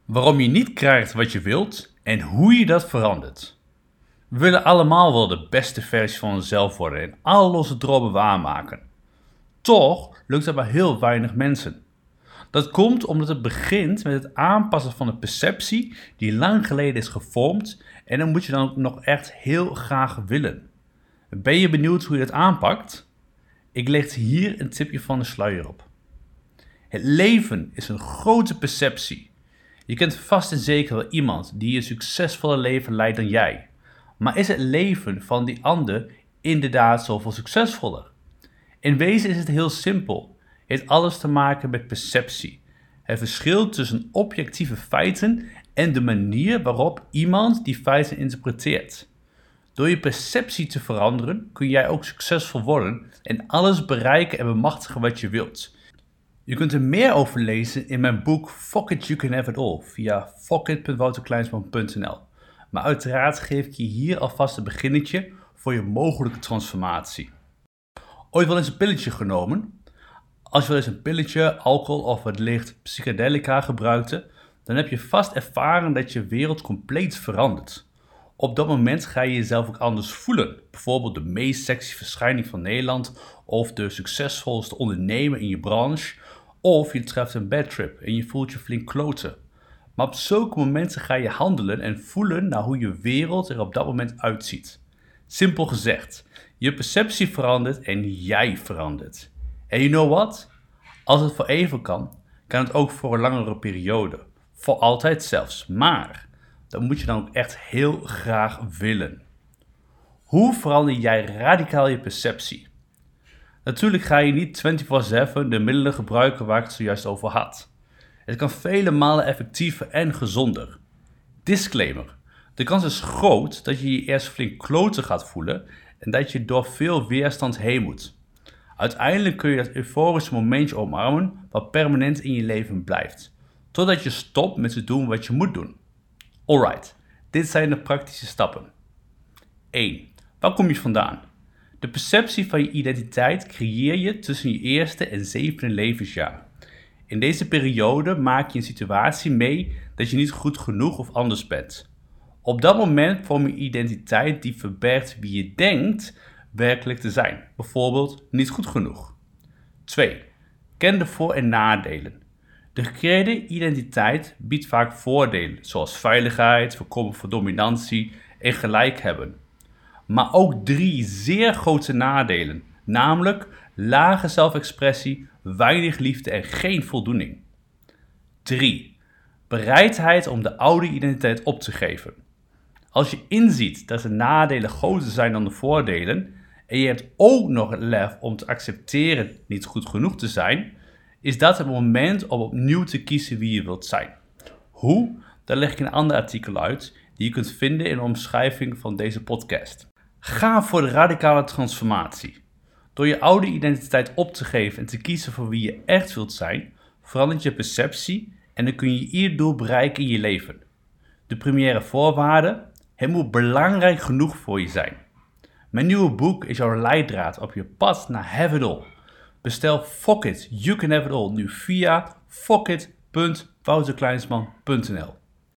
Waarom je niet krijgt wat je wilt en hoe je dat verandert. We willen allemaal wel de beste versie van onszelf worden en al onze dromen waarmaken. Toch lukt dat bij heel weinig mensen. Dat komt omdat het begint met het aanpassen van een perceptie die lang geleden is gevormd en dan moet je dan ook nog echt heel graag willen. Ben je benieuwd hoe je dat aanpakt? Ik leg hier een tipje van de sluier op. Het leven is een grote perceptie. Je kent vast en zeker wel iemand die een succesvoller leven leidt dan jij. Maar is het leven van die ander inderdaad zoveel succesvoller? In wezen is het heel simpel. Het heeft alles te maken met perceptie. Het verschil tussen objectieve feiten en de manier waarop iemand die feiten interpreteert. Door je perceptie te veranderen kun jij ook succesvol worden en alles bereiken en bemachtigen wat je wilt. Je kunt er meer over lezen in mijn boek Fuck It, You Can Have It All via fuckit.wouterkleinsman.nl. Maar uiteraard geef ik je hier alvast een beginnetje voor je mogelijke transformatie. Ooit wel eens een pilletje genomen? Als je wel eens een pilletje, alcohol of wellicht psychedelica gebruikte, dan heb je vast ervaren dat je wereld compleet verandert. Op dat moment ga je jezelf ook anders voelen. Bijvoorbeeld de meest sexy verschijning van Nederland of de succesvolste ondernemer in je branche. Of je treft een bad trip en je voelt je flink kloten. Maar op zulke momenten ga je handelen en voelen naar hoe je wereld er op dat moment uitziet. Simpel gezegd, je perceptie verandert en jij verandert. En you know what? Als het voor even kan het ook voor een langere periode. Voor altijd zelfs. Maar dat moet je dan ook echt heel graag willen. Hoe verander jij radicaal je perceptie? Natuurlijk ga je niet 24/7 de middelen gebruiken waar ik het zojuist over had. Het kan vele malen effectiever en gezonder. Disclaimer. De kans is groot dat je je eerst flink kloten gaat voelen en dat je door veel weerstand heen moet. Uiteindelijk kun je dat euforische momentje omarmen wat permanent in je leven blijft. Totdat je stopt met te doen wat je moet doen. Alright, dit zijn de praktische stappen. 1. Waar kom je vandaan? De perceptie van je identiteit creëer je tussen je eerste en zevende levensjaar. In deze periode maak je een situatie mee dat je niet goed genoeg of anders bent. Op dat moment vorm je identiteit die verbergt wie je denkt werkelijk te zijn. Bijvoorbeeld niet goed genoeg. 2. Ken de voor- en nadelen. De gecreëerde identiteit biedt vaak voordelen, zoals veiligheid, voorkomen van dominantie en gelijk hebben. Maar ook 3 zeer grote nadelen, namelijk lage zelfexpressie, weinig liefde en geen voldoening. 3. Bereidheid om de oude identiteit op te geven. Als je inziet dat de nadelen groter zijn dan de voordelen en je hebt ook nog het lef om te accepteren niet goed genoeg te zijn, is dat het moment om opnieuw te kiezen wie je wilt zijn. Hoe? Daar leg ik een ander artikel uit die je kunt vinden in de omschrijving van deze podcast. Ga voor de radicale transformatie. Door je oude identiteit op te geven en te kiezen voor wie je echt wilt zijn, verandert je perceptie en dan kun je ieder doel bereiken in je leven. De primaire voorwaarde: het moet belangrijk genoeg voor je zijn. Mijn nieuwe boek is jouw leidraad op je pad naar Have It All. Bestel Fuck It, You Can Have It All nu via fuckit.wouterkleinsman.nl.